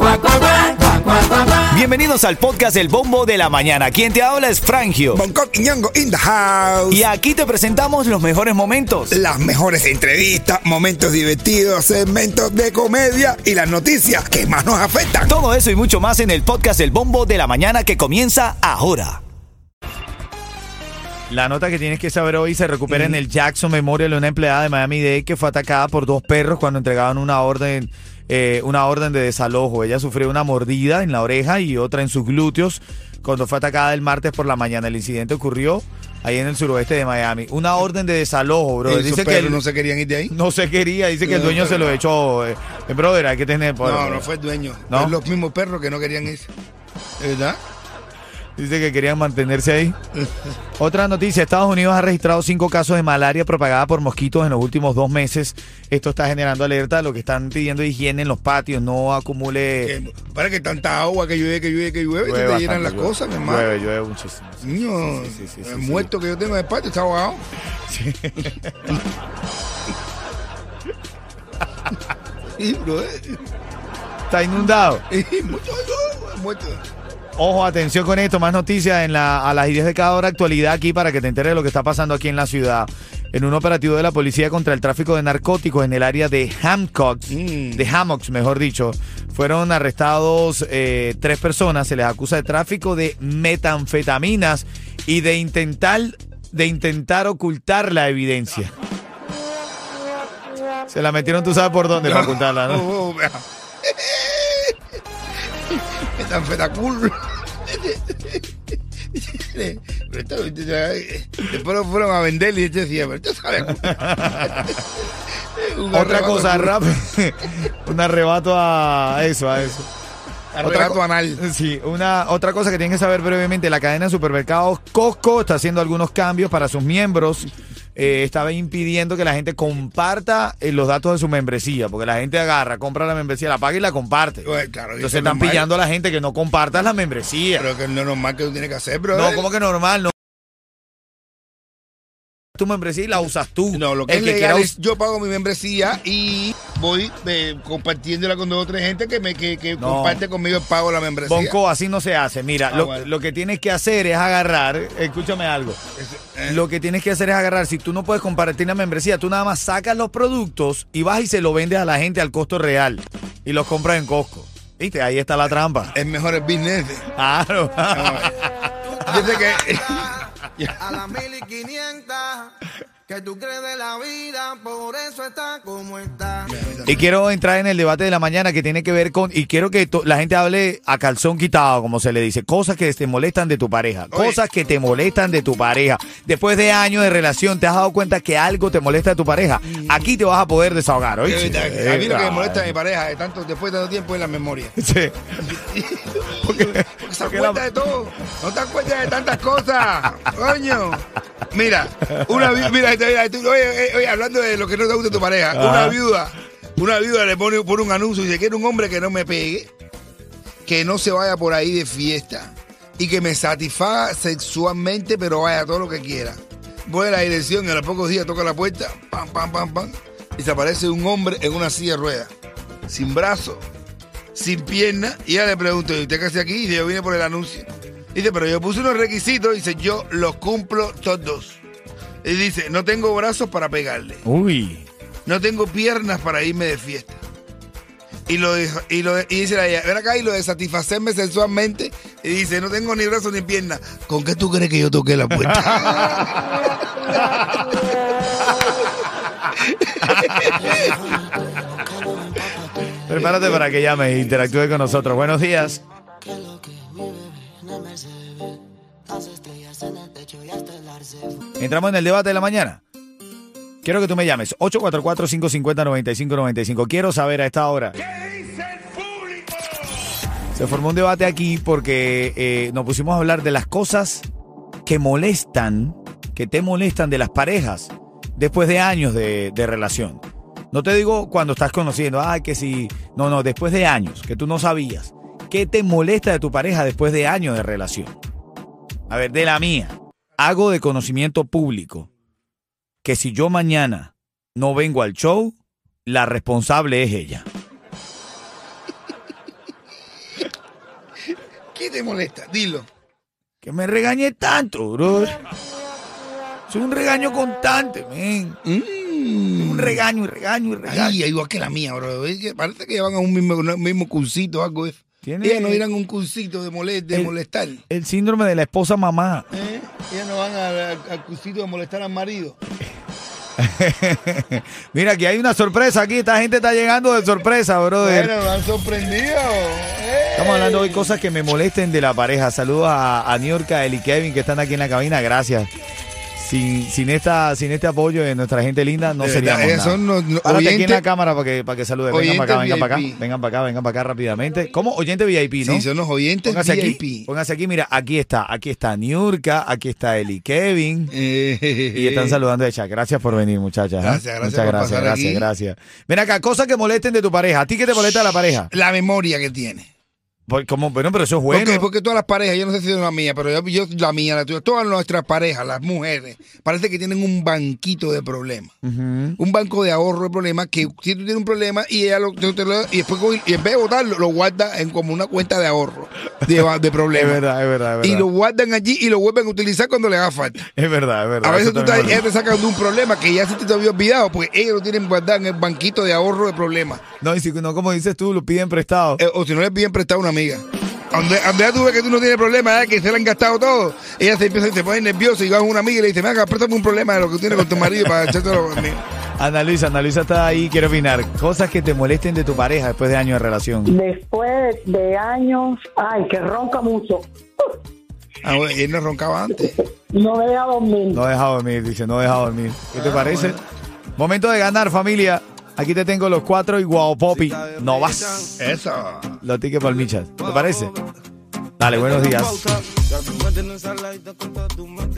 Bienvenidos al podcast El Bombo de la Mañana. Quien te habla es Frangio. Bangkok y Ñongo in the house. Y aquí te presentamos los mejores momentos. Las mejores entrevistas, momentos divertidos, segmentos de comedia y las noticias que más nos afectan. Todo eso y mucho más en el podcast El Bombo de la Mañana que comienza ahora. La nota que tienes que saber hoy se recupera en el Jackson Memorial, una empleada de Miami-Dade que fue atacada por dos perros cuando entregaban una orden de desalojo. Ella sufrió una mordida en la oreja y otra en sus glúteos cuando fue atacada el martes por la mañana. El incidente ocurrió ahí en el suroeste de Miami. Una orden de desalojo, bro. Dice que no se querían ir de ahí. No se quería, dice que el dueño se lo echó. Brother, hay que tener... No fue el dueño. ¿No? Es los mismos perros que no querían irse. ¿Verdad? Dice que querían mantenerse ahí. Otra noticia, Estados Unidos ha registrado 5 casos de malaria propagada por mosquitos en los últimos 2 meses. Esto está generando alerta. Lo que están pidiendo higiene en los patios, no acumule... Para que tanta agua que llueve, y se te llenan las cosas, mi hermano. Llueve muchísimo. Niño, el muerto que yo tengo en el patio está ahogado. Sí. Sí, bro. Está inundado. Muerto. Ojo, atención con esto, más noticias a las 10 de cada hora, actualidad aquí para que te enteres de lo que está pasando aquí en la ciudad. En un operativo de la policía contra el tráfico de narcóticos en el área de Hammocks, mejor dicho, fueron arrestados 3 personas. Se les acusa de tráfico de metanfetaminas y de intentar ocultar la evidencia. Se la metieron, tú sabes por dónde, para ocultarla, ¿no? Metanfetacul. Después lo fueron a vender y decía, pero esto sabe. Otra cosa rápida. Un arrebato a eso. Arrebato anal. Sí, otra cosa que tienen que saber brevemente, la cadena de supermercados Costco está haciendo algunos cambios para sus miembros. Estaba impidiendo que la gente comparta los datos de su membresía, porque la gente compra la membresía, la paga y la comparte. Pues, claro, entonces están pillando a la gente que no compartas la membresía. Pero que no es normal que tú tienes que hacer, bro. No, ¿cómo que normal? No. Tu membresía y la usas tú. No, lo que es legal es yo pago mi membresía y voy compartiéndola con 2 o 3 gente que comparte conmigo el pago de la membresía. Bonco, así no se hace. Mira, bueno. Lo que tienes que hacer es agarrar, escúchame algo. Lo que tienes que hacer es agarrar, si tú no puedes compartir la membresía, tú nada más sacas los productos y vas y se los vendes a la gente al costo real y los compras en Costco. ¿Viste? Ahí está la trampa. Es mejor el business. Claro. Yo sé que... A las 1500 que tú crees de la vida, por eso está como está. Y quiero entrar en el debate de la mañana que tiene que ver con, y quiero que la gente hable a calzón quitado, como se le dice, cosas que te molestan de tu pareja, cosas que te molestan de tu pareja. Después de años de relación, ¿te has dado cuenta que algo te molesta de tu pareja? Aquí te vas a poder desahogar, ¿oíste? A mí lo que me molesta de mi pareja después de tanto tiempo es la memoria. Sí. Porque se acuerda de todo, no te acuerdas de tantas cosas, coño. Mira, oye, hablando de lo que no te gusta de tu pareja, una viuda le pone por un anuncio y dice: quiero un hombre que no me pegue, que no se vaya por ahí de fiesta y que me satisfaga sexualmente, pero vaya todo lo que quiera. Voy a la dirección y a los pocos días toca la puerta, pam, y se aparece un hombre en una silla de ruedas, sin brazo, sin pierna, y ella le pregunto: ¿y usted qué hace aquí? Y dice: yo vine por el anuncio. Dice: pero yo puse unos requisitos, dice: yo los cumplo todos. Y dice: no tengo brazos para pegarle. Uy. No tengo piernas para irme de fiesta. Y dice ella: ven acá, y lo de satisfacerme sexualmente. Y dice: no tengo ni brazos ni piernas. ¿Con qué tú crees que yo toqué la puerta? Prepárate para que llame e interactúe con nosotros. Buenos días. Entramos en el debate de la mañana. Quiero que tú me llames 844-550-9595. Quiero saber a esta hora. ¿Qué dice el público? Se formó un debate aquí porque nos pusimos a hablar de las cosas que te molestan de las parejas después de años de relación. No te digo cuando estás conociendo, que sí. No, después de años, que tú no sabías. ¿Qué te molesta de tu pareja después de años de relación? A ver, de la mía. Hago de conocimiento público que si yo mañana no vengo al show, la responsable es ella. ¿Qué te molesta? Dilo. Que me regañe tanto, bro. Es un regaño constante, men. Un regaño. Ay, igual que la mía, bro. Es que parece que van a un mismo cursito o algo. Ellas no irán a un cursito de molestar. El síndrome de la esposa mamá. Ellas no van al cursito de molestar al marido. Mira, aquí hay una sorpresa aquí. Esta gente está llegando de sorpresa, brother. Bueno, nos han sorprendido. Estamos hablando hoy de cosas que me molesten de la pareja. Saludos a Niorca, Eli y Kevin que están aquí en la cabina. Gracias. Sin este apoyo de nuestra gente linda, no seríamos nada. Son Párate aquí en la cámara para que saluden. Vengan para acá, vengan para acá rápidamente. ¿Cómo? Oyente VIP, ¿no? Sí, son los oyentes VIP. Póngase aquí, mira, aquí está Niurka, aquí está Eli Kevin. Y están saludando de chat. Gracias por venir, muchachas. Gracias. Ven acá, cosas que molesten de tu pareja. ¿A ti qué te molesta de la pareja? La memoria que tiene. ¿Cómo? Bueno, pero eso es bueno. Porque todas las parejas, yo no sé si es la mía, pero yo la mía, la tuya, todas nuestras parejas, las mujeres, parece que tienen un banquito de problemas. Un banco de ahorro de problemas que si tú tienes un problema y ella y después y en vez de votarlo, lo guarda en como una cuenta de ahorro de problemas. Es verdad. Y lo guardan allí y lo vuelven a utilizar cuando le haga falta. Es verdad. A veces ella te saca de un problema que ya se te había olvidado, porque ellos lo tienen guardado en el banquito de ahorro de problemas. No, y si no, como dices tú, lo piden prestado. O si no le piden prestado a una amiga. Donde ya tú ves que tú no tienes problema, que se le han gastado todo, ella se pone nerviosa y va a una amiga y le dice, venga, préstame un problema de lo que tienes con tu marido para echártelo conmigo. Ana Luisa está ahí, quiere opinar. Cosas que te molesten de tu pareja después de años de relación. Después de años, que ronca mucho. Bueno, él no roncaba antes. No deja dormir. No deja dormir. ¿Qué te parece? Bueno. Momento de ganar, familia. Aquí te tengo los 4 y Guau Popi. No vas. Eso. Los tickets palmichas. ¿Te parece? Dale, buenos días.